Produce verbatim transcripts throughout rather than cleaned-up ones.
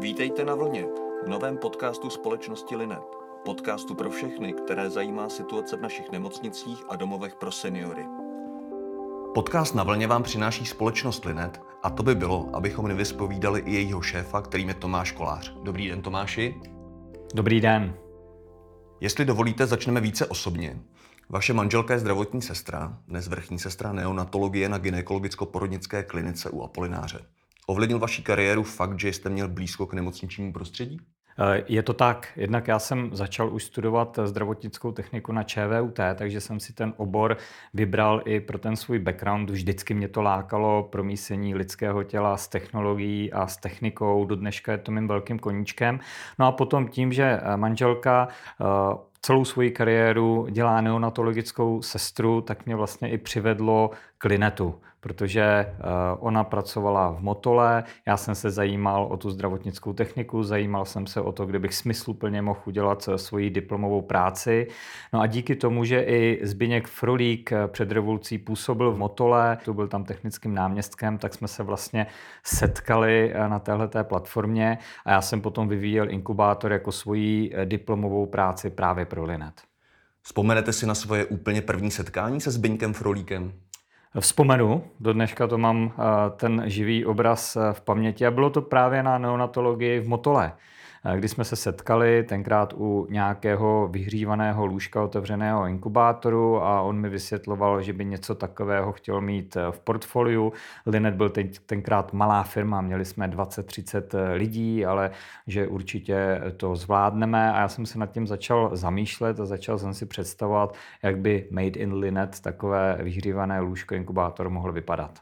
Vítejte na vlně, novém podcastu společnosti Linet. Podcastu pro všechny, které zajímá situace v našich nemocnicích a domovech pro seniory. Podcast Na vlně vám přináší společnost Linet a to by bylo, abychom nevyspovídali i jejího šéfa, kterým je Tomáš Kolář. Dobrý den, Tomáši. Dobrý den. Jestli dovolíte, začneme více osobně. Vaše manželka je zdravotní sestra, dnes vrchní sestra neonatologie na gynekologicko-porodnické klinice u Apolináře. Ovlivnil vaši kariéru fakt, že jste měl blízko k nemocničnímu prostředí? Je to tak. Jednak já jsem začal už studovat zdravotnickou techniku na ČVUT, takže jsem si ten obor vybral i pro ten svůj background. Vždycky mě to lákalo, promísení lidského těla s technologií a s technikou. Do dneška je to mým velkým koníčkem. No a potom tím, že manželka celou svoji kariéru dělá neonatologickou sestru, tak mě vlastně i přivedlo k Linetu, protože ona pracovala v Motole, já jsem se zajímal o tu zdravotnickou techniku, zajímal jsem se o to, kde bych smysluplně mohl udělat svoji diplomovou práci. No a díky tomu, že i Zbyněk Frolík před revolucí působil v Motole, to byl tam technickým náměstkem, tak jsme se vlastně setkali na téhleté platformě a já jsem potom vyvíjel inkubátor jako svoji diplomovou práci právě pro Linet. Vzpomenete si na svoje úplně první setkání se Zbyňkem Frolíkem? Vzpomenu, do dneška to mám ten živý obraz v paměti a bylo to právě na neonatologii v Motole, kdy jsme se setkali tenkrát u nějakého vyhřívaného lůžka otevřeného inkubátoru a on mi vysvětloval, že by něco takového chtěl mít v portfoliu. Linet byl ten, tenkrát malá firma, měli jsme dvacet třicet lidí, ale že určitě to zvládneme a já jsem se nad tím začal zamýšlet a začal jsem si představovat, jak by Made in Linet takové vyhřívané lůžko inkubátor mohl vypadat.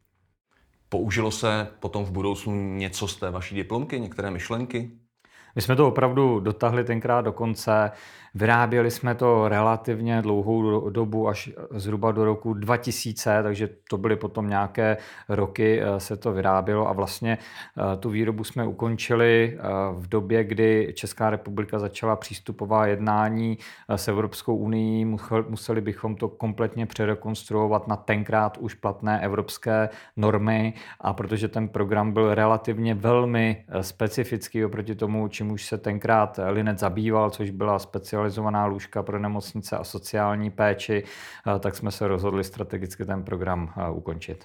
Použilo se potom v budoucnu něco z té vaší diplomky, některé myšlenky? My jsme to opravdu dotáhli tenkrát do konce. Vyráběli jsme to relativně dlouhou dobu, až zhruba do roku dva tisíce, takže to byly potom nějaké roky, se to vyrábělo a vlastně tu výrobu jsme ukončili v době, kdy Česká republika začala přístupová jednání s Evropskou unií. Museli bychom to kompletně přerekonstruovat na tenkrát už platné evropské normy a protože ten program byl relativně velmi specifický oproti tomu, čím už se tenkrát Linet zabýval, což byla specializovaná lůžka pro nemocnice a sociální péči, tak jsme se rozhodli strategicky ten program ukončit.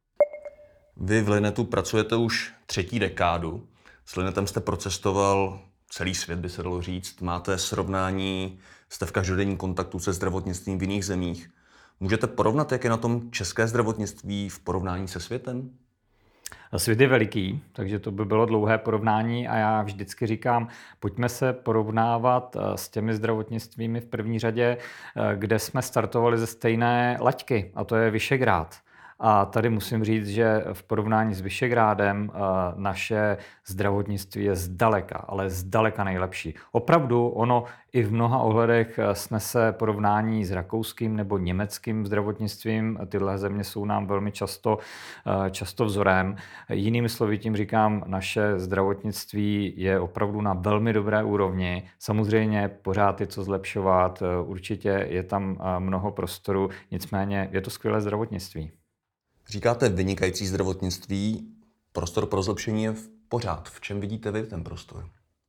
Vy v Linetu pracujete už třetí dekádu. S Linetem jste procestoval celý svět, by se dalo říct. Máte srovnání, jste v každodenním kontaktu se zdravotnictvím v jiných zemích. Můžete porovnat, jak je na tom české zdravotnictví v porovnání se světem? Svět je veliký, takže to by bylo dlouhé porovnání a já vždycky říkám, pojďme se porovnávat s těmi zdravotnictvími v první řadě, kde jsme startovali ze stejné laťky, a to je Visegrád. A tady musím říct, že v porovnání s Visegrádem naše zdravotnictví je zdaleka, ale zdaleka nejlepší. Opravdu ono i v mnoha ohledech snese porovnání s rakouským nebo německým zdravotnictvím. Tyhle země jsou nám velmi často, často vzorem. Jinými slovy tím říkám, naše zdravotnictví je opravdu na velmi dobré úrovni. Samozřejmě pořád je co zlepšovat, určitě je tam mnoho prostoru, nicméně je to skvělé zdravotnictví. Říkáte vynikající zdravotnictví, prostor pro zlepšení je v pořád. V čem vidíte vy ten prostor?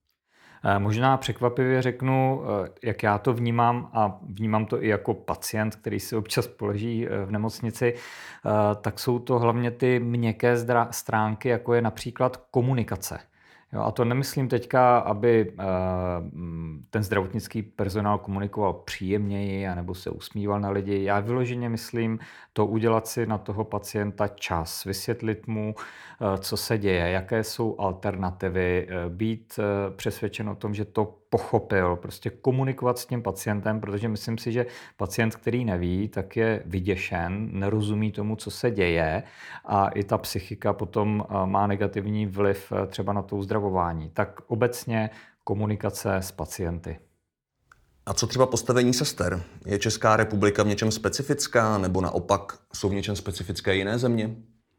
Možná překvapivě řeknu, jak já to vnímám a vnímám to i jako pacient, který si občas poleží v nemocnici, tak jsou to hlavně ty měkké stránky, jako je například komunikace. Jo, a to nemyslím teďka, aby ten zdravotnický personál komunikoval příjemněji anebo se usmíval na lidi. Já vyloženě myslím to udělat si na toho pacienta čas, vysvětlit mu, co se děje, jaké jsou alternativy, být přesvědčen o tom, že to pochopil, prostě komunikovat s tím pacientem, protože myslím si, že pacient, který neví, tak je vyděšen, nerozumí tomu, co se děje a i ta psychika potom má negativní vliv třeba na to uzdravování. Tak obecně komunikace s pacienty. A co třeba postavení sester? Je Česká republika v něčem specifická nebo naopak jsou v něčem specifické jiné země?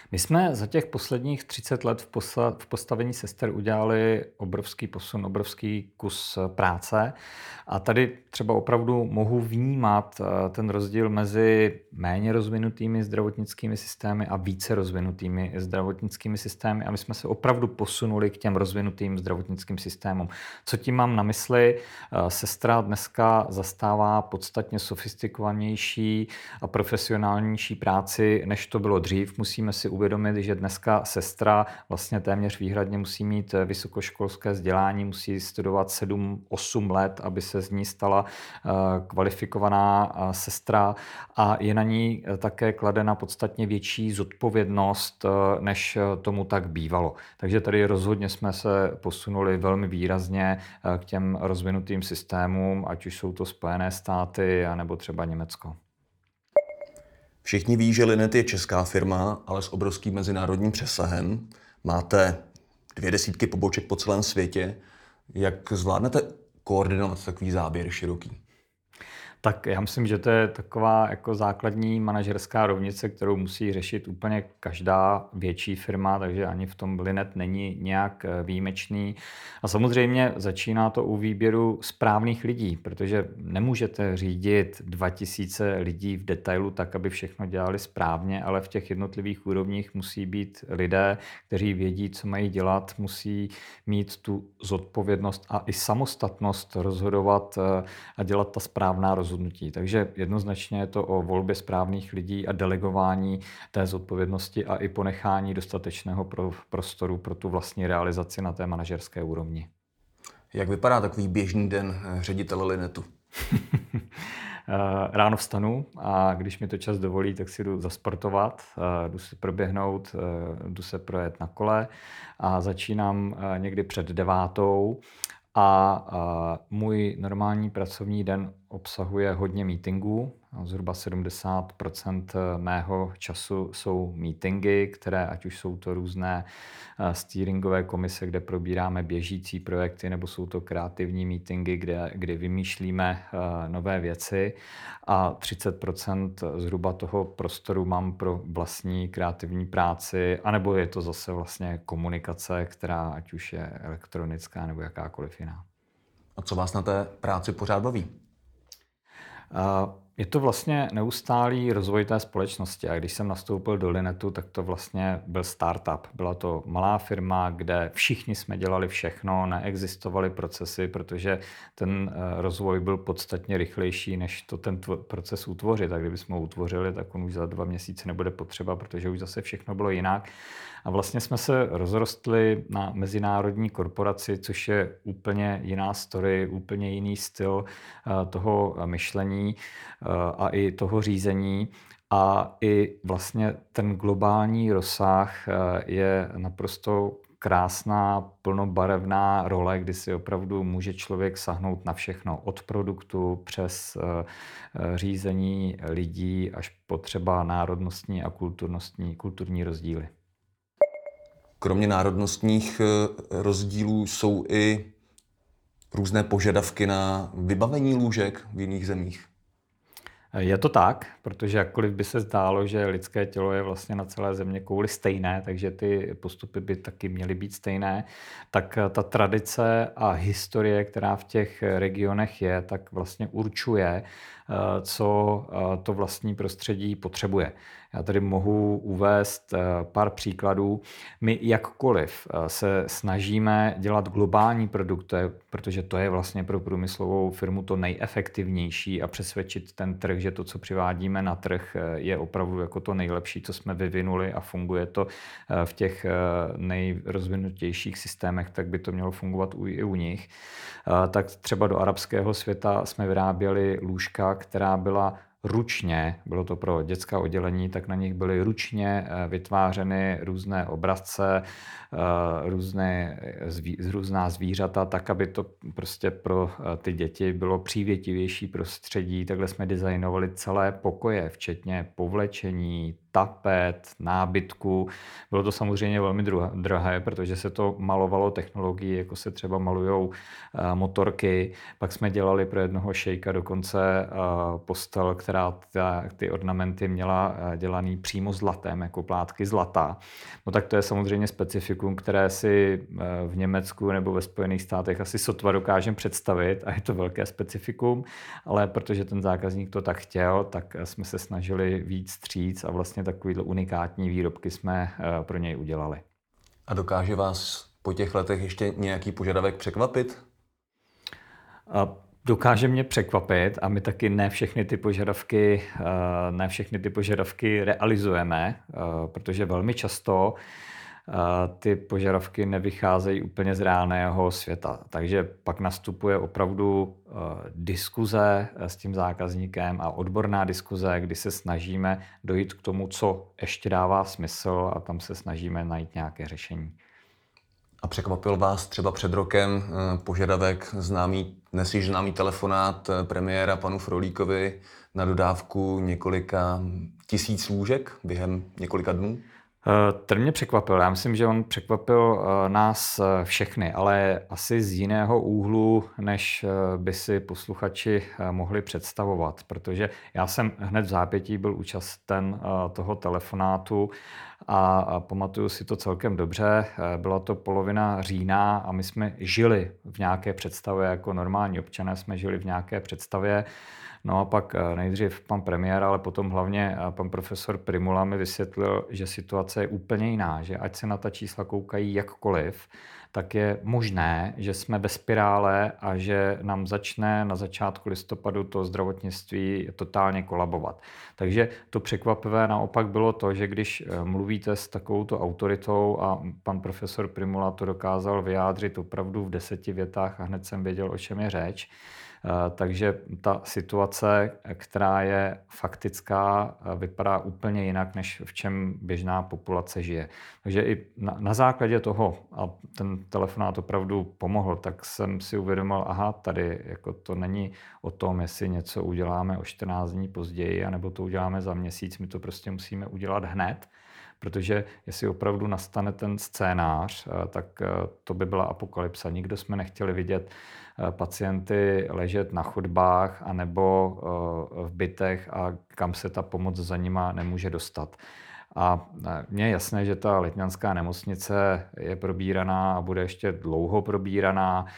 My jsme za těch posledních třicet let v, posla, v postavení sester udělali obrovský posun, obrovský kus práce a tady třeba opravdu mohu vnímat ten rozdíl mezi méně rozvinutými zdravotnickými systémy a více rozvinutými zdravotnickými systémy a my jsme se opravdu posunuli k těm rozvinutým zdravotnickým systémům. Co tím mám na mysli? Sestra dneska zastává podstatně sofistikovanější a profesionálnější práci, než to bylo dřív. Musíme si uvědomit, že dneska sestra vlastně téměř výhradně musí mít vysokoškolské vzdělání, musí studovat sedm osm let, aby se z ní stala kvalifikovaná sestra a je na ní také kladena podstatně větší zodpovědnost, než tomu tak bývalo. Takže tady rozhodně jsme se posunuli velmi výrazně k těm rozvinutým systémům, ať už jsou to Spojené státy, anebo třeba Německo. Všichni ví, že Linet je česká firma, ale s obrovským mezinárodním přesahem. Máte dvě desítky poboček po celém světě. Jak zvládnete koordinovat takový záběr široký? Tak já myslím, že to je taková jako základní manažerská rovnice, kterou musí řešit úplně každá větší firma, takže ani v tom Linet není nějak výjimečný. A samozřejmě začíná to u výběru správných lidí, protože nemůžete řídit dva tisíce lidí v detailu tak, aby všechno dělali správně, ale v těch jednotlivých úrovních musí být lidé, kteří vědí, co mají dělat, musí mít tu zodpovědnost a i samostatnost rozhodovat a dělat ta správná rozhodnutí. Takže jednoznačně je to o volbě správných lidí a delegování té zodpovědnosti a i ponechání dostatečného pro prostoru pro tu vlastní realizaci na té manažerské úrovni. Jak vypadá takový běžný den ředitele Linetu? Ráno vstanu a když mi to čas dovolí, tak si jdu zasportovat, jdu si proběhnout, jdu se projet na kole a začínám někdy před devátou. A můj normální pracovní den obsahuje hodně meetingů. Zhruba sedmdesát procent mého času jsou meetingy, které ať už jsou to různé steeringové komise, kde probíráme běžící projekty, nebo jsou to kreativní meetingy, kde, kde vymýšlíme nové věci. A třicet procent zhruba toho prostoru mám pro vlastní kreativní práci, anebo je to zase vlastně komunikace, která ať už je elektronická nebo jakákoliv jiná. A co vás na té práci pořád baví? Je to vlastně neustálý rozvoj té společnosti a když jsem nastoupil do Linetu, tak to vlastně byl startup. Byla to malá firma, kde všichni jsme dělali všechno, neexistovaly procesy, protože ten rozvoj byl podstatně rychlejší, než to ten proces utvořit. A kdybychom ho utvořili, tak on už za dva měsíce nebude potřeba, protože už zase všechno bylo jinak. A vlastně jsme se rozrostli na mezinárodní korporaci, což je úplně jiná story, úplně jiný styl toho myšlení a i toho řízení. A i vlastně ten globální rozsah je naprosto krásná, plnobarevná role, kdy si opravdu může člověk sahnout na všechno. Od produktu přes řízení lidí až po třeba národnostní a kulturnostní, kulturní rozdíly. Kromě národnostních rozdílů jsou i různé požadavky na vybavení lůžek v jiných zemích. Je to tak, protože jakkoliv by se zdálo, že lidské tělo je vlastně na celé země kouli stejné, takže ty postupy by taky měly být stejné, tak ta tradice a historie, která v těch regionech je, tak vlastně určuje, co to vlastní prostředí potřebuje. Já tady mohu uvést pár příkladů. My jakkoliv se snažíme dělat globální produkty, protože to je vlastně pro průmyslovou firmu to nejefektivnější a přesvědčit ten trh, že to, co přivádíme na trh, je opravdu jako to nejlepší, co jsme vyvinuli a funguje to v těch nejrozvinutějších systémech, tak by to mělo fungovat i u nich. Tak třeba do arabského světa jsme vyráběli lůžka, která byla ručně, bylo to pro dětská oddělení, tak na nich byly ručně vytvářeny různé obrazce, různé, různá zvířata, tak, aby to prostě pro ty děti bylo přívětivější prostředí. Takhle jsme designovali celé pokoje, včetně povlečení, tapet, nábytku. Bylo to samozřejmě velmi drahé, protože se to malovalo technologií, jako se třeba malujou motorky. Pak jsme dělali pro jednoho šejka dokonce postel, která která ta, ty ornamenty měla dělaný přímo zlatem, jako plátky zlata. No tak to je samozřejmě specifikum, které si v Německu nebo ve Spojených státech asi sotva dokážeme představit a je to velké specifikum, ale protože ten zákazník to tak chtěl, tak jsme se snažili víc vstříc a vlastně takovýhle unikátní výrobky jsme pro něj udělali. A dokáže vás po těch letech ještě nějaký požadavek překvapit? A dokáže mě překvapit a my taky ne všechny ty požadavky, ne všechny ty požadavky realizujeme, protože velmi často ty požadavky nevycházejí úplně z reálného světa. Takže pak nastupuje opravdu diskuze s tím zákazníkem a odborná diskuze, kdy se snažíme dojít k tomu, co ještě dává smysl a tam se snažíme najít nějaké řešení. A překvapil vás třeba před rokem požadavek známý, dnes již známý telefonát premiéra panu Frolíkovi na dodávku několika tisíc lůžek během několika dnů? Ten mě překvapil. Já myslím, že on překvapil nás všechny, ale asi z jiného úhlu, než by si posluchači mohli představovat, protože já jsem hned v zápětí byl účasten toho telefonátu a pamatuju si to celkem dobře. Byla to polovina října a my jsme žili v nějaké představě, jako normální občané jsme žili v nějaké představě. No a pak nejdřív pan premiér, ale potom hlavně pan profesor Prymula mi vysvětlil, že situace je úplně jiná, že ať se na ta čísla koukají jakkoliv, tak je možné, že jsme ve spirále a že nám začne na začátku listopadu to zdravotnictví totálně kolabovat. Takže to překvapivé naopak bylo to, že když mluvíte s takovouto autoritou a pan profesor Prymula to dokázal vyjádřit opravdu v deseti větách a hned jsem věděl, o čem je řeč, takže ta situace, která je faktická, vypadá úplně jinak, než v čem běžná populace žije. Takže i na, na základě toho, a ten telefonát opravdu pomohl, tak jsem si uvědomil, aha, tady jako to není o tom, jestli něco uděláme o čtrnáct dní později, anebo to uděláme za měsíc, my to prostě musíme udělat hned. Protože jestli opravdu nastane ten scénář, tak to by byla apokalypsa. Nikdo jsme nechtěli vidět pacienty ležet na chodbách anebo v bytech a kam se ta pomoc za nima nemůže dostat. A mně je jasné, že ta Letňanská nemocnice je probíraná a bude ještě dlouho probíraná.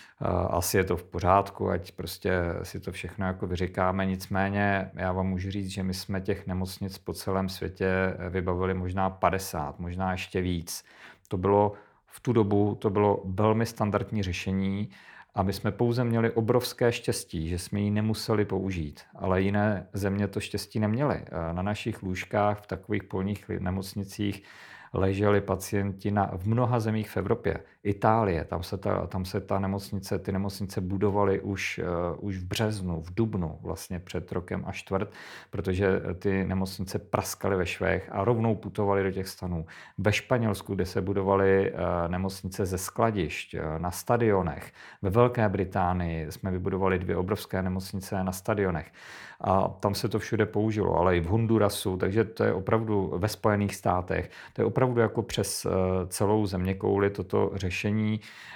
Asi je to v pořádku, ať prostě si to všechno jako vyříkáme. Nicméně já vám můžu říct, že my jsme těch nemocnic po celém světě vybavili možná padesát, možná ještě víc. To bylo v tu dobu, to bylo velmi standardní řešení a my jsme pouze měli obrovské štěstí, že jsme ji nemuseli použít, ale jiné země to štěstí neměly. Na našich lůžkách v takových polních nemocnicích leželi pacienti na, v mnoha zemích v Evropě. Itálie, tam se ta, tam se ta nemocnice, ty nemocnice budovaly už, uh, už v březnu, v dubnu, vlastně před rokem a čtvrt, protože ty nemocnice praskaly ve švech a rovnou putovaly do těch stanů. Ve Španělsku, kde se budovaly uh, nemocnice ze skladišť, uh, na stadionech. Ve Velké Británii jsme vybudovali dvě obrovské nemocnice na stadionech. A tam se to všude použilo, ale i v Hondurasu, takže to je opravdu ve Spojených státech, to je opravdu jako přes celou zeměkouli toto řešení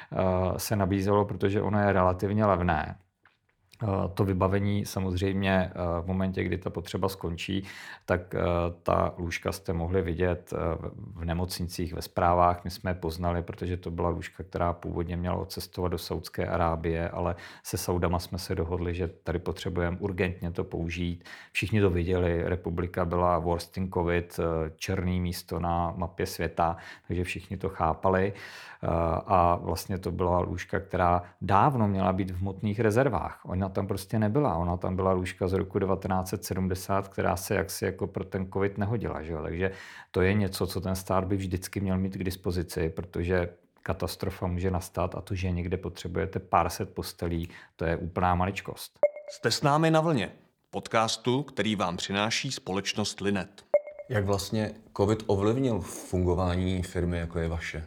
se nabízelo, protože ono je relativně levné. To vybavení samozřejmě v momentě, kdy ta potřeba skončí, tak ta lůžka jste mohli vidět v nemocnicích, ve zprávách. My jsme je poznali, protože to byla lůžka, která původně měla odcestovat do Saúdské Arábie, ale se Saudama jsme se dohodli, že tady potřebujeme urgentně to použít. Všichni to viděli, republika byla worst in covid, černý místo na mapě světa, takže všichni to chápali. A vlastně to byla lůžka, která dávno měla být v hmotných rezervách. Ona tam prostě nebyla. Ona tam byla lůžka z roku devatenáct set sedmdesát, která se jaksi jako pro ten covid nehodila. Že jo? Takže to je něco, co ten stát by vždycky měl mít k dispozici, protože katastrofa může nastat a to, že někde potřebujete pár set postelí, to je úplná maličkost. Jste s námi na vlně, podcastu, který vám přináší společnost Linet. Jak vlastně covid ovlivnil fungování firmy, jako je vaše?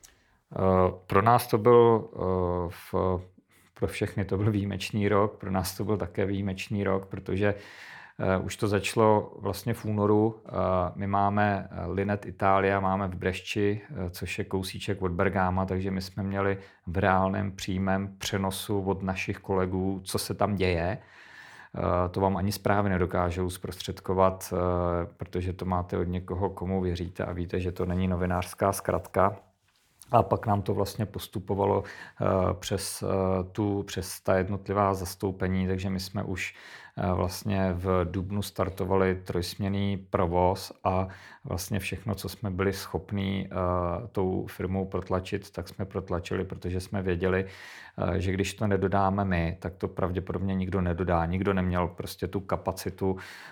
Pro nás to byl, v, pro všechny to byl výjimečný rok, pro nás to byl také výjimečný rok, protože už to začalo vlastně v únoru. My máme Linet Italia, máme v Bresci, což je kousíček od Bergama, takže my jsme měli v reálném přímém přenosu od našich kolegů, co se tam děje. to vám ani zprávy nedokážou zprostředkovat, protože to máte od někoho, komu věříte a víte, že to není novinářská zkratka. A pak nám to vlastně postupovalo přes, tu, přes ta jednotlivá zastoupení, takže my jsme už vlastně v dubnu startovali trojsměnný provoz a vlastně všechno, co jsme byli schopní tou firmou protlačit, tak jsme protlačili, protože jsme věděli, že když to nedodáme my, tak to pravděpodobně nikdo nedodá. Nikdo neměl prostě tu kapacitu,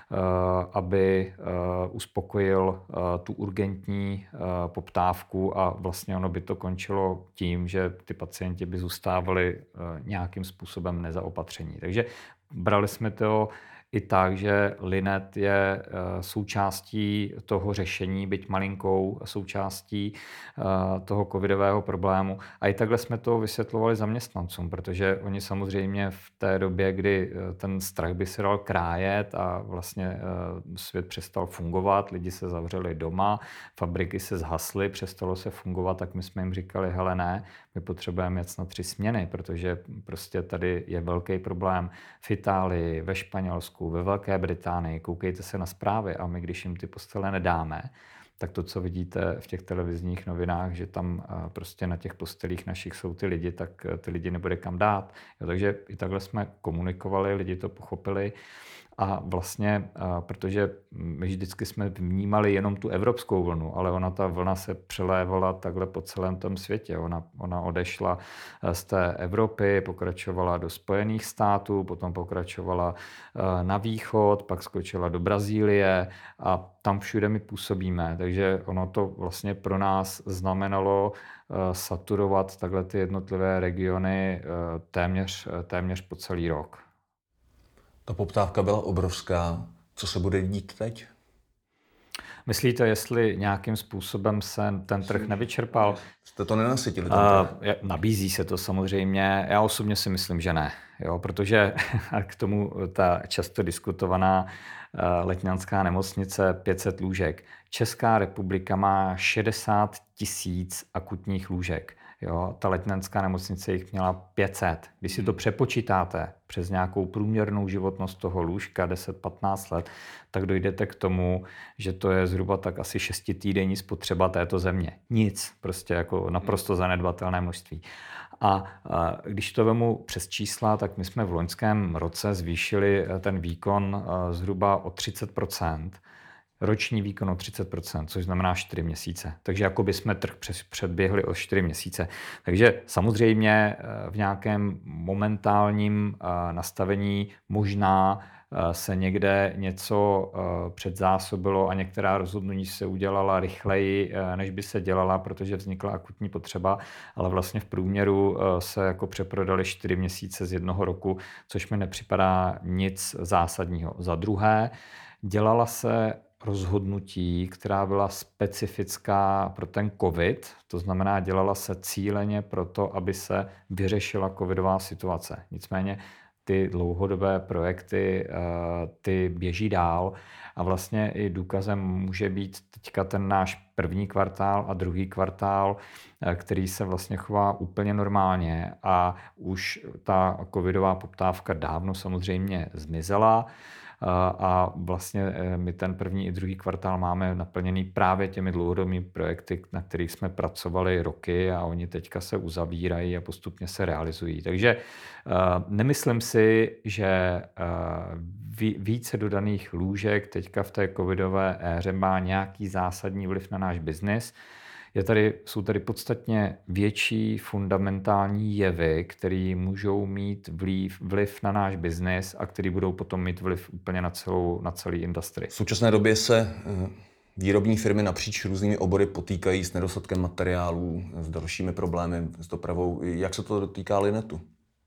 aby uspokojil tu urgentní poptávku a vlastně ono by to končilo tím, že ty pacienti by zůstávali nějakým způsobem nezaopatření. Takže brali jsme to i tak, že Linet je součástí toho řešení, byť malinkou součástí toho covidového problému. A i takhle jsme to vysvětlovali zaměstnancům, protože oni samozřejmě v té době, kdy ten strach by se dal krájet a vlastně svět přestal fungovat, lidi se zavřeli doma, fabriky se zhasly, přestalo se fungovat, tak my jsme jim říkali, hele ne, my potřebujeme jet na tři směny, protože prostě tady je velký problém v Itálii, ve Španělsku, ve Velké Británii, koukejte se na zprávy a my, když jim ty postele nedáme, tak to, co vidíte v těch televizních novinách, že tam prostě na těch postelích našich jsou ty lidi, tak ty lidi nebude kam dát. Jo, takže i takhle jsme komunikovali, lidi to pochopili. A vlastně, protože my vždycky jsme vnímali jenom tu evropskou vlnu, ale ona ta vlna se přelévala takhle po celém tom světě. Ona, ona odešla z té Evropy, pokračovala do Spojených států, potom pokračovala na východ, pak skočila do Brazílie a tam všude my působíme. Takže ono to vlastně pro nás znamenalo saturovat takhle ty jednotlivé regiony téměř, téměř po celý rok. Ta poptávka byla obrovská. Co se bude dít teď? Myslíte, jestli nějakým způsobem se ten trh nevyčerpal? Jste to nenasytili? Uh, nabízí se to samozřejmě. Já osobně si myslím, že ne. Jo, protože k tomu ta často diskutovaná letňanská nemocnice pět set lůžek. Česká republika má šedesát tisíc akutních lůžek. Jo, ta letňanská nemocnice jich měla pět set. Když si to přepočítáte přes nějakou průměrnou životnost toho lůžka deset patnáct let, tak dojdete k tomu, že to je zhruba tak asi šestitýdenní spotřeba této země. Nic, prostě jako naprosto zanedbatelné množství. A, a když to vemu přes čísla, tak my jsme v loňském roce zvýšili ten výkon zhruba o třicet procent. Roční výkon o třicet procent, což znamená čtyři měsíce. Takže jako by jsme trh předběhli o čtyři měsíce. Takže samozřejmě v nějakém momentálním nastavení možná se někde něco předzásobilo a některá rozhodnutí se udělala rychleji, než by se dělala, protože vznikla akutní potřeba, ale vlastně v průměru se jako přeprodali čtyři měsíce z jednoho roku, což mi nepřipadá nic zásadního. Za druhé, dělala se rozhodnutí, která byla specifická pro ten covid, to znamená, dělala se cíleně pro to, aby se vyřešila covidová situace. Nicméně ty dlouhodobé projekty, ty běží dál a vlastně i důkazem může být teďka ten náš první kvartál a druhý kvartál, který se vlastně chová úplně normálně a už ta covidová poptávka dávno samozřejmě zmizela. A vlastně my ten první i druhý kvartál máme naplněný právě těmi dlouhodobými projekty, na kterých jsme pracovali roky a oni teďka se uzavírají a postupně se realizují. Takže nemyslím si, že více dodaných lůžek teďka v té covidové éře má nějaký zásadní vliv na náš biznis. Je tady, jsou tady podstatně větší fundamentální jevy, které můžou mít vliv, vliv na náš biznis a které budou potom mít vliv úplně na celou, na celý industrii. V současné době se výrobní firmy napříč různými obory potýkají s nedostatkem materiálů, s dalšími problémy s dopravou. Jak se to dotýká Linetu?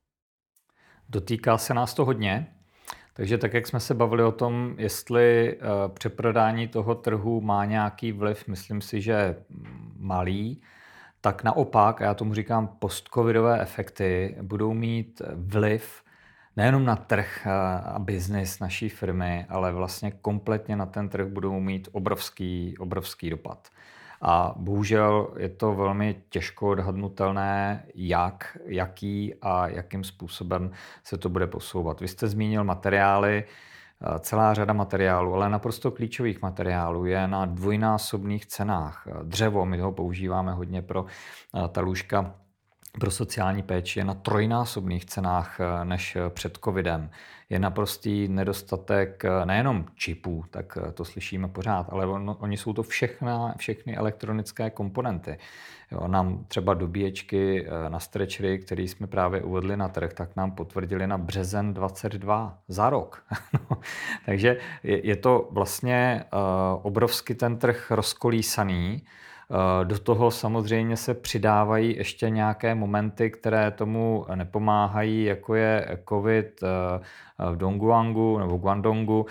Dotýká se nás to hodně. Takže tak, jak jsme se bavili o tom, jestli uh, přeprodání toho trhu má nějaký vliv, myslím si, že malý, tak naopak, a já tomu říkám post-covidové efekty, budou mít vliv nejenom na trh a biznis naší firmy, ale vlastně kompletně na ten trh budou mít obrovský, obrovský dopad. A bohužel je to velmi těžko odhadnutelné, jak, jaký a jakým způsobem se to bude posouvat. Vy jste zmínil materiály, celá řada materiálů, ale naprosto klíčových materiálů je na dvojnásobných cenách. Dřevo, my ho používáme hodně pro ta lůžka pro sociální péči, je na trojnásobných cenách než před covidem. Je naprostý nedostatek nejenom čipů, tak to slyšíme pořád, ale on, oni jsou to všechna, všechny elektronické komponenty. Jo, nám třeba dobíječky na stretchery, které jsme právě uvedli na trh, tak nám potvrdili na březen dvacet dva za rok. No, takže je, je to vlastně uh, obrovsky ten trh rozkolísaný. Do toho samozřejmě se přidávají ještě nějaké momenty, které tomu nepomáhají, jako je covid v Dongguangu nebo Guangdongu,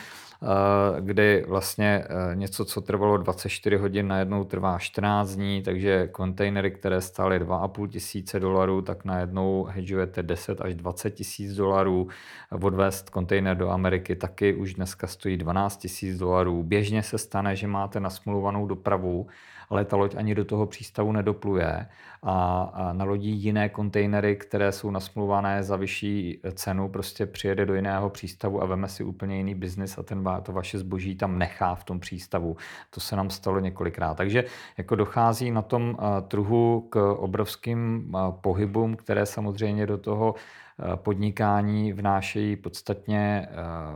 kdy vlastně něco, co trvalo dvacet čtyři hodin, najednou trvá čtrnáct dní, takže kontejnery, které stály dva a půl tisíce dolarů, tak najednou hedžujete deset až dvacet tisíc dolarů. Odvést kontejner do Ameriky taky už dneska stojí dvanáct tisíc dolarů. Běžně se stane, že máte nasmluvanou dopravu, ale ta loď ani do toho přístavu nedopluje a, a nalodí jiné kontejnery, které jsou nasmluvané za vyšší cenu, prostě přijede do jiného přístavu a veme si úplně jiný biznis a ten, to vaše zboží tam nechá v tom přístavu. To se nám stalo několikrát. Takže jako dochází na tom trhu k obrovským pohybům, které samozřejmě do toho podnikání vnášejí podstatně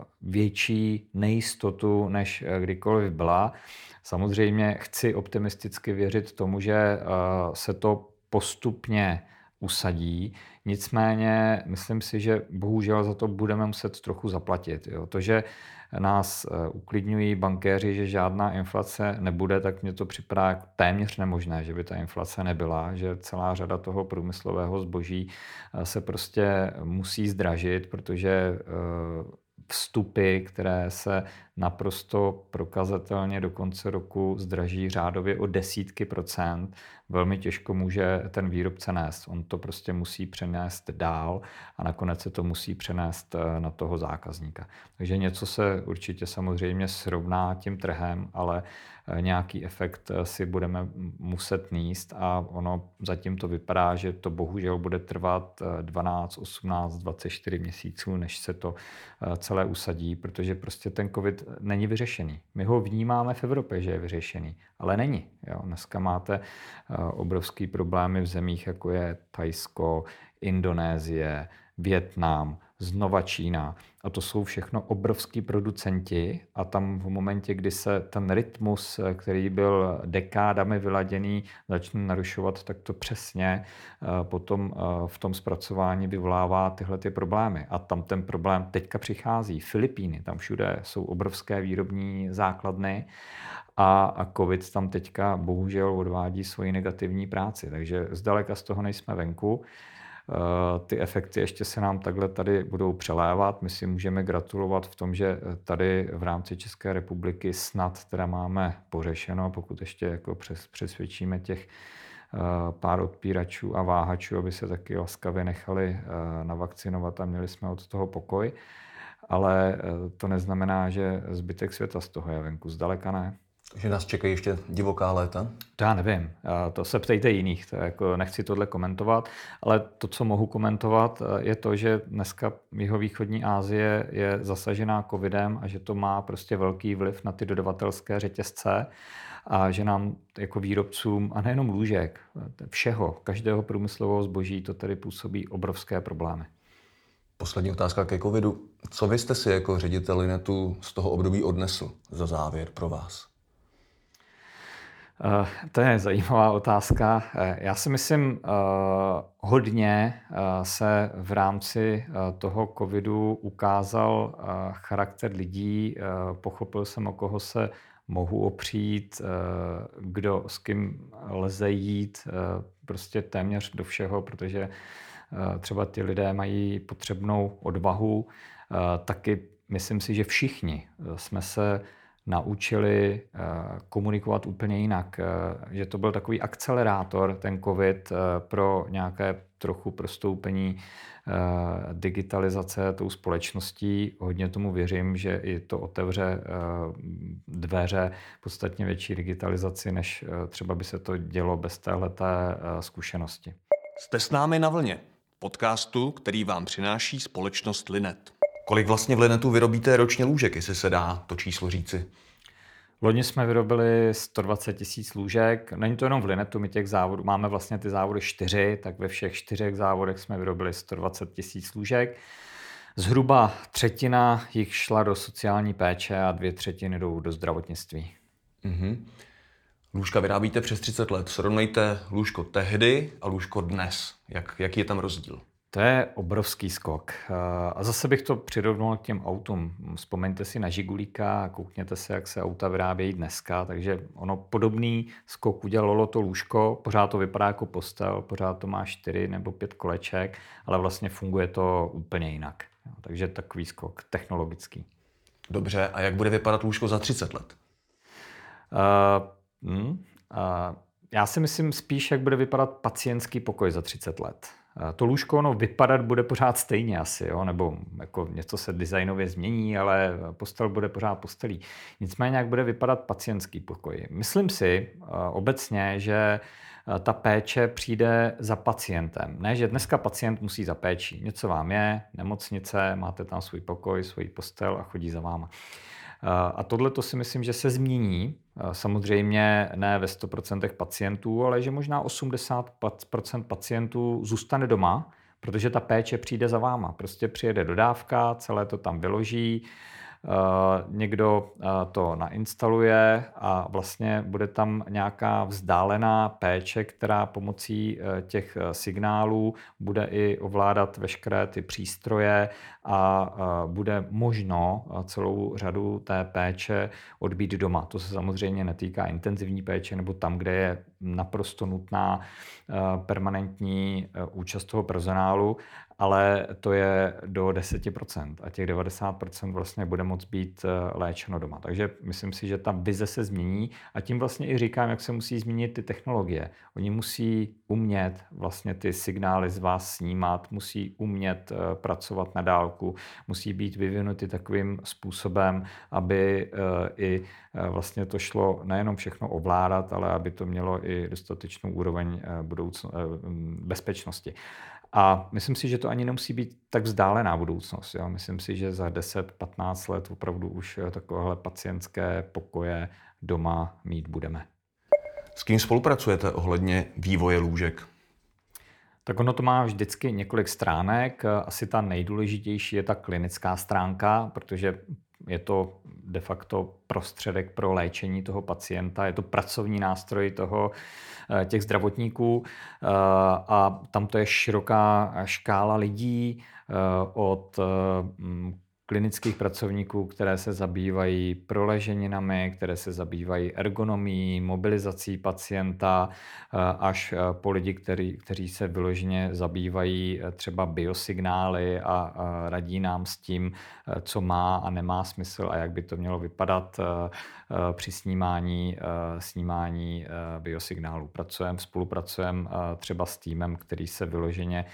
větší nejistotu, než kdykoliv byla. Samozřejmě chci optimisticky věřit tomu, že se to postupně usadí. Nicméně myslím si, že bohužel za to budeme muset trochu zaplatit. Jo. To, že nás uklidňují bankéři, že žádná inflace nebude, tak mně to připadá jako téměř nemožné, že by ta inflace nebyla, že celá řada toho průmyslového zboží se prostě musí zdražit, protože vstupy, které se naprosto prokazatelně do konce roku zdraží řádově o desítky procent, velmi těžko může ten výrobce nést. On to prostě musí přenést dál a nakonec se to musí přenést na toho zákazníka. Takže něco se určitě samozřejmě srovná tím trhem, ale nějaký efekt si budeme muset nést a ono zatím to vypadá, že to bohužel bude trvat dvanáct, osmnáct, dvacet čtyři měsíců, než se to celé usadí, protože prostě ten covid není vyřešený. My ho vnímáme v Evropě, že je vyřešený, ale není. Jo. Dneska máte obrovský problémy v zemích, jako je Thajsko, Indonésie, Vietnam, znova Čína. A to jsou všechno obrovský producenti a tam v momentě, kdy se ten rytmus, který byl dekádami vyladěný, začne narušovat, tak to přesně potom v tom zpracování vyvolává tyhle ty problémy. A tam ten problém teďka přichází. Filipíny, tam všude jsou obrovské výrobní základny a, a covid tam teďka bohužel odvádí svoji negativní práci. Takže zdaleka z toho nejsme venku. Ty efekty ještě se nám takhle tady budou přelévat. My si můžeme gratulovat v tom, že tady v rámci České republiky snad teda máme pořešeno, pokud ještě jako přes, přesvědčíme těch pár odpíračů a váhačů, aby se taky laskavě nechali navakcinovat a měli jsme od toho pokoj. Ale to neznamená, že zbytek světa z toho je venku. Zdaleka ne. Že nás čekají ještě divoká léta? To já nevím, to se ptejte jiných, to jako nechci tohle komentovat, ale to, co mohu komentovat, je to, že dneska jihovýchodní Asie je zasažená covidem a že to má prostě velký vliv na ty dodavatelské řetězce a že nám jako výrobcům, a nejenom lůžek, všeho, každého průmyslového zboží to tady působí obrovské problémy. Poslední otázka ke covidu. Co vy jste si jako ředitel Linetu z toho období odnesl za závěr pro vás? Uh, to je zajímavá otázka. Já si myslím, uh, hodně uh, se v rámci uh, toho covidu ukázal uh, charakter lidí. Uh, pochopil jsem, o koho se mohu opřít, uh, kdo s kým lze jít, uh, prostě téměř do všeho, protože uh, třeba ty lidé mají potřebnou odvahu. Uh, taky myslím si, že všichni jsme se naučili komunikovat úplně jinak. Že to byl takový akcelerátor, ten covid, pro nějaké trochu prostoupení digitalizace tou společností. Hodně tomu věřím, že i to otevře dveře podstatně větší digitalizaci, než třeba by se to dělo bez téhleté zkušenosti. Jste s námi na vlně, podcastu, který vám přináší společnost Linet. Kolik vlastně v Linetu vyrobíte ročně lůžek, jestli se dá to číslo říci? Loni jsme vyrobili sto dvacet tisíc lůžek. Není to jenom v Linetu, my těch závodů máme vlastně ty závody čtyři, tak ve všech čtyřech závodech jsme vyrobili sto dvacet tisíc lůžek. Zhruba třetina jich šla do sociální péče a dvě třetiny jdou do zdravotnictví. Mhm. Lůžka vyrábíte přes třicet let. Srovnejte lůžko tehdy a lůžko dnes. Jak, jaký je tam rozdíl? To je obrovský skok. A zase bych to přirovnal k těm autům. Vzpomeňte si na Žigulíka a koukněte se, jak se auta vyrábějí dneska. Takže ono podobný skok udělalo to lůžko. Pořád to vypadá jako postel, pořád to má čtyři nebo pět koleček, ale vlastně funguje to úplně jinak. Takže takový skok technologický. Dobře, a jak bude vypadat lůžko za třicet let? Uh, hmm, uh, já si myslím spíš, jak bude vypadat pacientský pokoj za třicet let. To lůžko no, vypadat bude pořád stejně asi, jo? Nebo jako něco se designově změní, ale postel bude pořád postelí. Nicméně, jak bude vypadat pacientský pokoj. Myslím si uh, obecně, že uh, ta péče přijde za pacientem. Ne, že dneska pacient musí za péči. Něco vám je, nemocnice, máte tam svůj pokoj, svůj postel a chodí za váma. A tohle to si myslím, že se změní. Samozřejmě ne ve sto procent pacientů, ale že možná osmdesát procent pacientů zůstane doma, protože ta péče přijde za váma. Prostě přijede dodávka, celé to tam vyloží, někdo to nainstaluje a vlastně bude tam nějaká vzdálená péče, která pomocí těch signálů bude i ovládat veškeré ty přístroje a bude možno celou řadu té péče odbít doma. To se samozřejmě netýká intenzivní péče nebo tam, kde je naprosto nutná permanentní účast toho personálu, ale to je do deset procent a těch devadesát procent vlastně bude moct být léčeno doma. Takže myslím si, že ta vize se změní a tím vlastně i říkám, jak se musí změnit ty technologie. Oni musí umět vlastně ty signály z vás snímat, musí umět pracovat na dálku, musí být vyvinuty takovým způsobem, aby i vlastně to šlo nejenom všechno ovládat, ale aby to mělo i dostatečnou úroveň budoucn- bezpečnosti. A myslím si, že to ani nemusí být tak vzdálená budoucnost. Jo? Myslím si, že za deset patnáct let opravdu už takovéhle pacientské pokoje doma mít budeme. S kým spolupracujete ohledně vývoje lůžek? Tak ono to má vždycky několik stránek. Asi ta nejdůležitější je ta klinická stránka, protože je to de facto prostředek pro léčení toho pacienta, je to pracovní nástroj toho, těch zdravotníků a tam to je široká škála lidí od klinických pracovníků, které se zabývají proleženinami, které se zabývají ergonomií, mobilizací pacienta, až po lidi, který, kteří se vyloženě zabývají třeba biosignály a radí nám s tím, co má a nemá smysl a jak by to mělo vypadat při snímání, snímání biosignálů. Pracujeme, spolupracujeme třeba s týmem, který se vyloženě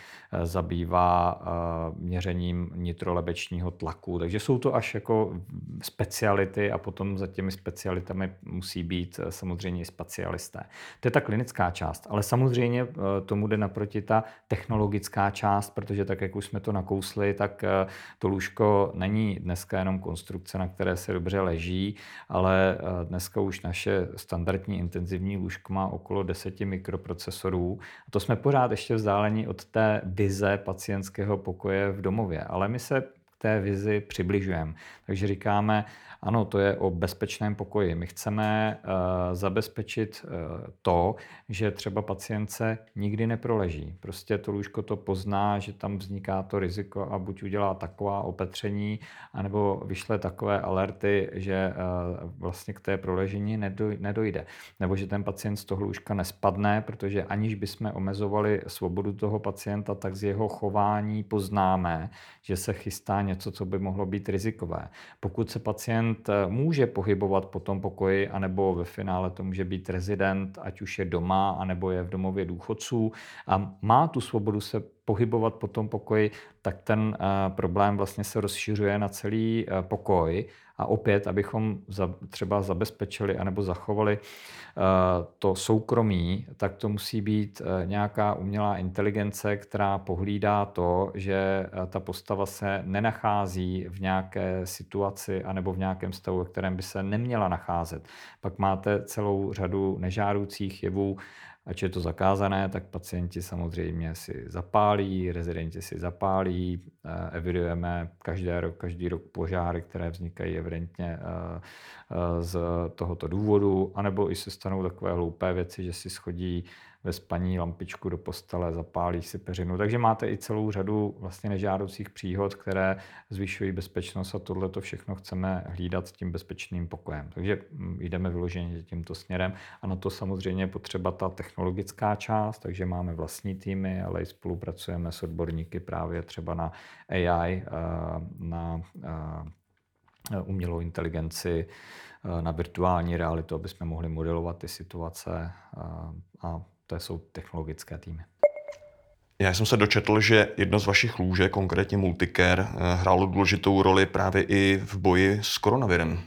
zabývá měřením nitrolebečního tlaku. Takže jsou to až jako speciality a potom za těmi specialitami musí být samozřejmě i specialisté. To je ta klinická část, ale samozřejmě tomu jde naproti ta technologická část, protože tak, jak už jsme to nakousli, tak to lůžko není dneska jenom konstrukce, na které se dobře leží, ale dneska už naše standardní intenzivní lůžko má okolo deset mikroprocesorů. A to jsme pořád ještě vzdáleni od té vize pacientského pokoje v domově, ale my se té vizi přibližujeme. Takže říkáme, ano, to je o bezpečném pokoji. My chceme uh, zabezpečit uh, to, že třeba pacient se nikdy neproleží. Prostě to lůžko to pozná, že tam vzniká to riziko a buď udělá taková opatření, anebo vyšle takové alerty, že uh, vlastně k té proležení nedoj, nedojde. Nebo že ten pacient z toho lůžka nespadne, protože aniž bychom omezovali svobodu toho pacienta, tak z jeho chování poznáme, že se chystá něco, co by mohlo být rizikové. Pokud se pacient může pohybovat po tom pokoji, anebo ve finále to může být rezident, ať už je doma, anebo je v domově důchodců a má tu svobodu se pohybovat po tom pokoji, tak ten uh, problém vlastně se rozšiřuje na celý uh, pokoj. A opět, abychom za, třeba zabezpečili anebo zachovali uh, to soukromí, tak to musí být uh, nějaká umělá inteligence, která pohlídá to, že uh, ta postava se nenachází v nějaké situaci anebo v nějakém stavu, ve kterém by se neměla nacházet. Pak máte celou řadu nežádoucích jevů, ať je to zakázané, tak pacienti samozřejmě si zapálí, rezidenti si zapálí, evidujeme každý rok, každý rok požáry, které vznikají evidentně z tohoto důvodu, anebo i se stanou takové hloupé věci, že si schodí ve spaní lampičku do postele, zapálí si peřinu. Takže máte i celou řadu vlastně nežádoucích příhod, které zvyšují bezpečnost a tohle to všechno chceme hlídat tím bezpečným pokojem. Takže jdeme vyloženě tímto směrem a na to samozřejmě je potřeba ta technologická část, takže máme vlastní týmy, ale i spolupracujeme s odborníky právě třeba na A I, na umělou inteligenci, na virtuální realitu, aby jsme mohli modelovat ty situace a to jsou technologické týmy. Já jsem se dočetl, že jedno z vašich lůžek, konkrétně Multicare, hrálo důležitou roli právě i v boji s koronavirem.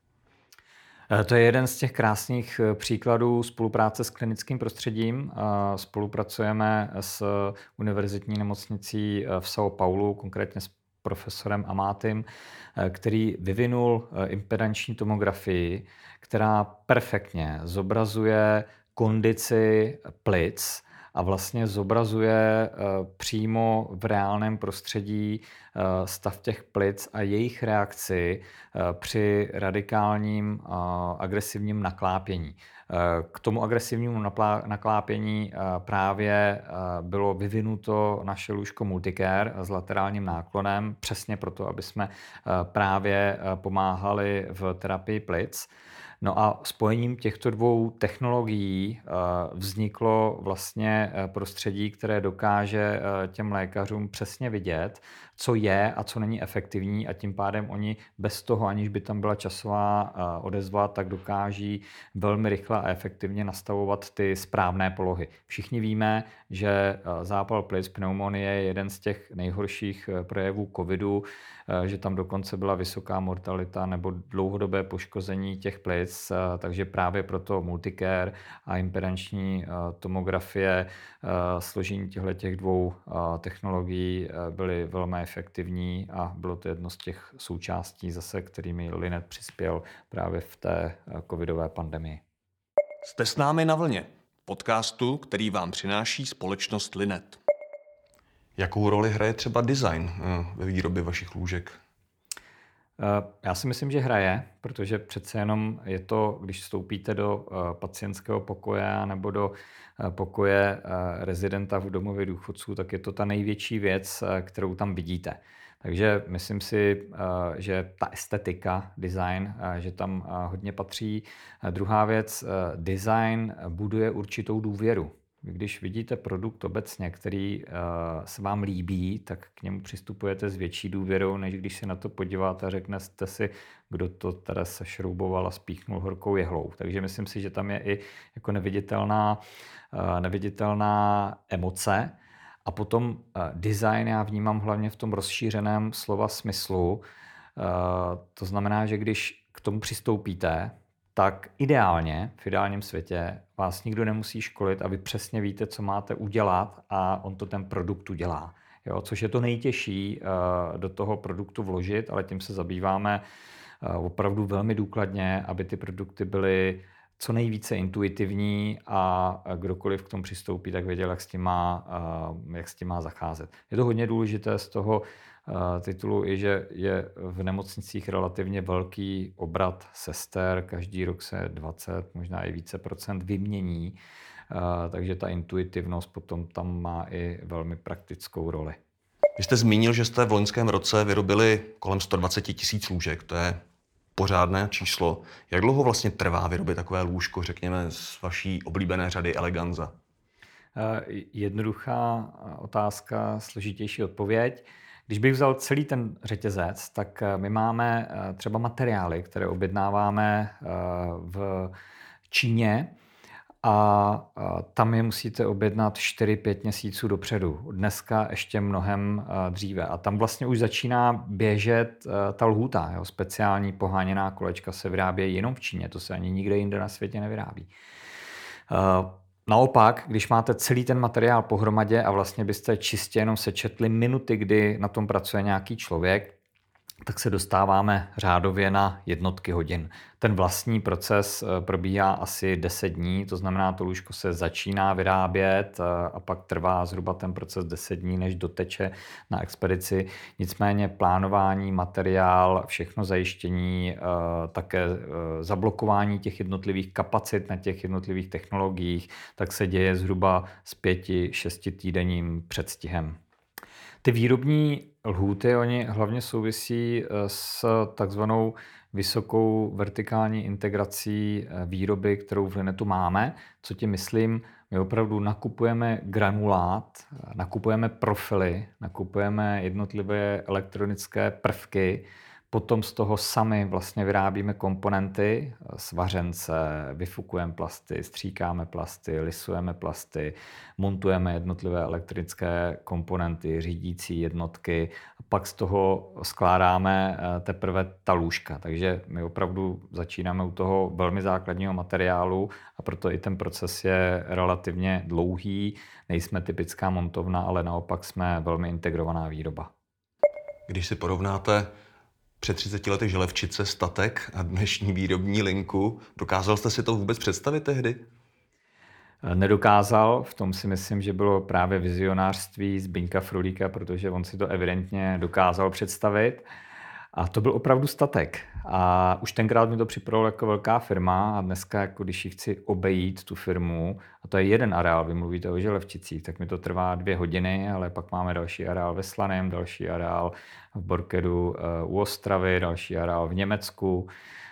To je jeden z těch krásných příkladů spolupráce s klinickým prostředím. Spolupracujeme s univerzitní nemocnicí v São Paulo, konkrétně s profesorem Amátym, který vyvinul impedanční tomografii, která perfektně zobrazuje kondici plic a vlastně zobrazuje přímo v reálném prostředí stav těch plic a jejich reakci při radikálním agresivním naklápění. K tomu agresivnímu naklápění právě bylo vyvinuto naše lůžko Multicare s laterálním náklonem, přesně proto, aby jsme právě pomáhali v terapii plic. No a spojením těchto dvou technologií vzniklo vlastně prostředí, které dokáže těm lékařům přesně vidět, co je a co není efektivní a tím pádem oni bez toho, aniž by tam byla časová odezva, tak dokáží velmi rychle a efektivně nastavovat ty správné polohy. Všichni víme, že zápal plic, pneumonie je jeden z těch nejhorších projevů covidu, že tam dokonce byla vysoká mortalita nebo dlouhodobé poškození těch plic, takže právě proto Multicare a impedanční tomografie, složení těchto dvou technologií byly velmi efektivní a bylo to jedno z těch součástí zase, kterými Linet přispěl právě v té covidové pandemii. Jste s námi na vlně, podcastu, který vám přináší společnost Linet. Jakou roli hraje třeba design ve výrobě vašich lůžek? Já si myslím, že hraje, protože přece jenom je to, když vstoupíte do pacientského pokoje nebo do pokoje rezidenta v domově důchodců, tak je to ta největší věc, kterou tam vidíte. Takže myslím si, že ta estetika, design, že tam hodně patří. Druhá věc, design buduje určitou důvěru. Když vidíte produkt obecně, který uh, se vám líbí, tak k němu přistupujete s větší důvěrou, než když se na to podíváte a řeknete si, kdo to teda sešrouboval a spíchnul horkou jehlou. Takže myslím si, že tam je i jako neviditelná, uh, neviditelná emoce. A potom uh, design já vnímám hlavně v tom rozšířeném slova smyslu. Uh, to znamená, že když k tomu přistoupíte, tak ideálně, v ideálním světě, vás nikdo nemusí školit a vy přesně víte, co máte udělat a on to ten produkt udělá. Jo, což je to nejtěžší uh, do toho produktu vložit, ale tím se zabýváme uh, opravdu velmi důkladně, aby ty produkty byly co nejvíce intuitivní a kdokoliv k tomu přistoupí, tak věděl, jak s tím má, uh, jak s tím má zacházet. Je to hodně důležité z toho titulu i, že je v nemocnicích relativně velký obrat sester, každý rok se dvacet, možná i více procent vymění, takže ta intuitivnost potom tam má i velmi praktickou roli. Vy jste zmínil, že jste v loňském roce vyrobili kolem sto dvacet tisíc lůžek, to je pořádné číslo. Jak dlouho vlastně trvá vyrobit takové lůžko, řekněme, z vaší oblíbené řady Eleganza? Jednoduchá otázka, složitější odpověď. Když bych vzal celý ten řetězec, tak my máme třeba materiály, které objednáváme v Číně a tam je musíte objednat čtyři pět měsíců dopředu. Dneska ještě mnohem dříve. A tam vlastně už začíná běžet ta lhůta. Jo? Speciální poháněná kolečka se vyrábějí jenom v Číně. To se ani nikde jinde na světě nevyrábí. Naopak, když máte celý ten materiál pohromadě a vlastně byste čistě jenom sečetli minuty, kdy na tom pracuje nějaký člověk, tak se dostáváme řádově na jednotky hodin. Ten vlastní proces probíhá asi deset dní, to znamená, to lůžko se začíná vyrábět a pak trvá zhruba ten proces deset dní, než doteče na expedici. Nicméně plánování, materiál, všechno zajištění, také zablokování těch jednotlivých kapacit na těch jednotlivých technologiích, tak se děje zhruba s pěti, šesti týdenním předstihem. Ty výrobní lhůty, oni hlavně souvisí s takzvanou vysokou vertikální integrací výroby, kterou v Linetu máme. Co tím myslím? My opravdu nakupujeme granulát, nakupujeme profily, nakupujeme jednotlivé elektronické prvky, potom z toho sami vlastně vyrábíme komponenty, svařence, vyfukujeme plasty, stříkáme plasty, lisujeme plasty, montujeme jednotlivé elektrické komponenty, řídící jednotky a pak z toho skládáme teprve ta lůžka. Takže my opravdu začínáme u toho velmi základního materiálu a proto i ten proces je relativně dlouhý. Nejsme typická montovna, ale naopak jsme velmi integrovaná výroba. Když si porovnáte před třiceti lety želevčice, statek a dnešní výrobní linku, dokázal jste si to vůbec představit tehdy? Nedokázal, v tom si myslím, že bylo právě vizionářství Zbyňka Frolíka, protože on si to evidentně dokázal představit. A to byl opravdu statek. A už tenkrát mi to připravilo jako velká firma a dneska, jako když ji chci obejít tu firmu, a to je jeden areál, vy mluvíte o Želevčicích, tak mi to trvá dvě hodiny, ale pak máme další areál ve Slaném, další areál v Borkedu u Ostravy, další areál v Německu.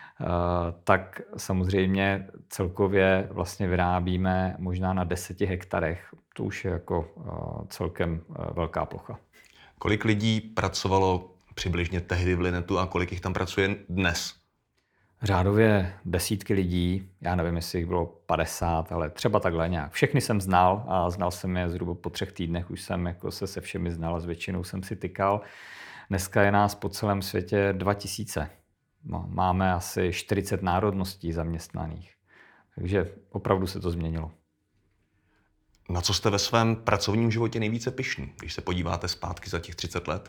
Tak samozřejmě celkově vlastně vyrábíme možná na deseti hektarech. To už je jako celkem velká plocha. Kolik lidí pracovalo přibližně tehdy v Linetu a kolik jich tam pracuje dnes? Řádově desítky lidí, já nevím, jestli jich bylo padesát, ale třeba takhle nějak. Všechny jsem znal a znal jsem je zhruba po třech týdnech, už jsem jako se se všemi znal a s většinou jsem si tykal. Dneska je nás po celém světě dva tisíce. No, máme asi čtyřicet národností zaměstnaných, takže opravdu se to změnilo. Na co jste ve svém pracovním životě nejvíce pyšný, když se podíváte zpátky za těch třicet let?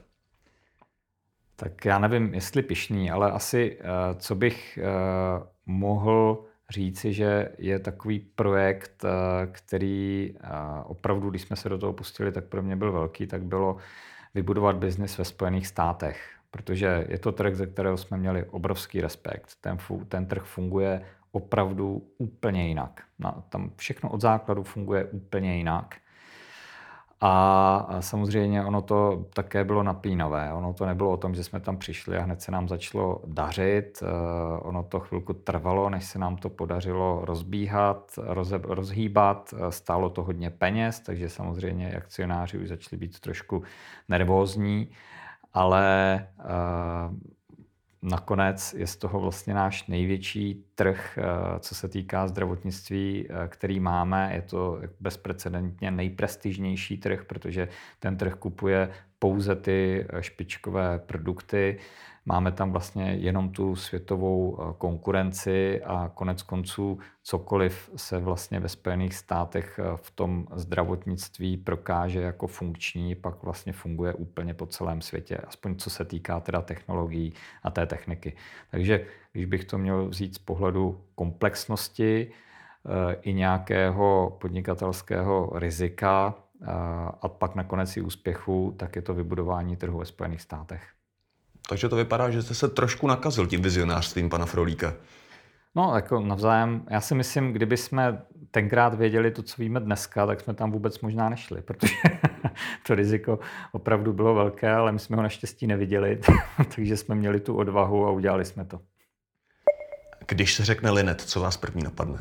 Tak já nevím, jestli pyšný, ale asi co bych mohl říci, že je takový projekt, který opravdu, když jsme se do toho pustili, tak pro mě byl velký, tak bylo vybudovat biznis ve Spojených státech. Protože je to trh, ze kterého jsme měli obrovský respekt. Ten, ten trh funguje opravdu úplně jinak. Na, tam všechno od základu funguje úplně jinak. A, a samozřejmě ono to také bylo napínavé. Ono to nebylo o tom, že jsme tam přišli a hned se nám začalo dařit. Ono to chvilku trvalo, než se nám to podařilo rozbíhat, roze, rozhýbat. Stálo to hodně peněz, takže samozřejmě akcionáři už začali být trošku nervózní. Ale uh, nakonec je z toho vlastně náš největší trh, uh, co se týká zdravotnictví, uh, který máme. Je to bezprecedentně nejprestižnější trh, protože ten trh kupuje pouze ty špičkové produkty. Máme tam vlastně jenom tu světovou konkurenci a konec konců cokoliv se vlastně ve Spojených státech v tom zdravotnictví prokáže jako funkční, pak vlastně funguje úplně po celém světě, aspoň co se týká teda technologií a té techniky. Takže když bych to měl vzít z pohledu komplexnosti i nějakého podnikatelského rizika a pak nakonec i úspěchu, tak je to vybudování trhu ve Spojených státech. Takže to vypadá, že jste se trošku nakazil tím vizionářstvím pana Frolíka. No, jako navzájem. Já si myslím, kdyby jsme tenkrát věděli to, co víme dneska, tak jsme tam vůbec možná nešli, protože to riziko opravdu bylo velké, ale my jsme ho naštěstí neviděli, takže jsme měli tu odvahu a udělali jsme to. Když se řekne Linet, co vás první napadne?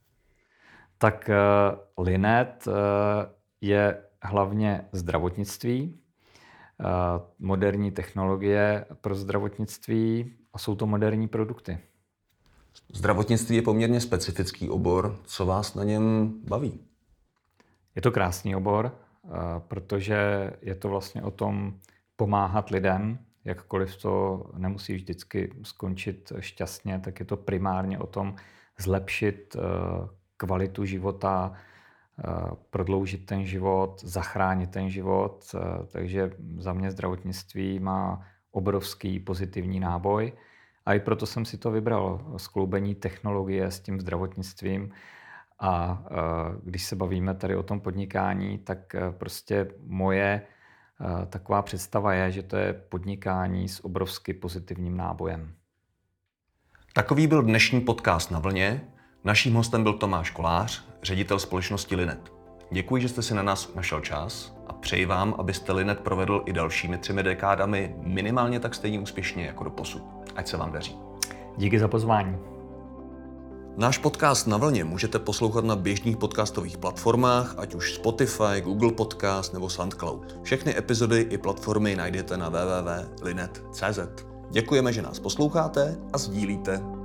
Tak uh, Linet uh, je hlavně zdravotnictví. moderní technologie pro zdravotnictví a jsou to moderní produkty. Zdravotnictví je poměrně specifický obor. Co vás na něm baví? Je to krásný obor, protože je to vlastně o tom pomáhat lidem, jakkoliv to nemusí vždycky skončit šťastně, tak je to primárně o tom zlepšit kvalitu života, prodloužit ten život, zachránit ten život. Takže za mě zdravotnictví má obrovský pozitivní náboj a i proto jsem si to vybral, skloubení technologie s tím zdravotnictvím. A když se bavíme tady o tom podnikání, tak prostě moje taková představa je, že to je podnikání s obrovsky pozitivním nábojem. Takový byl dnešní podcast Na vlně. Naším hostem byl Tomáš Kolář, ředitel společnosti Linet. Děkuji, že jste si na nás našel čas a přeji vám, abyste Linet provedl i dalšími třemi dekádami minimálně tak stejně úspěšně jako doposud. Ať se vám daří. Díky za pozvání. Náš podcast Na vlně můžete poslouchat na běžných podcastových platformách, ať už Spotify, Google Podcast nebo SoundCloud. Všechny epizody i platformy najdete na w w w tečka linet tečka c z. Děkujeme, že nás posloucháte a sdílíte.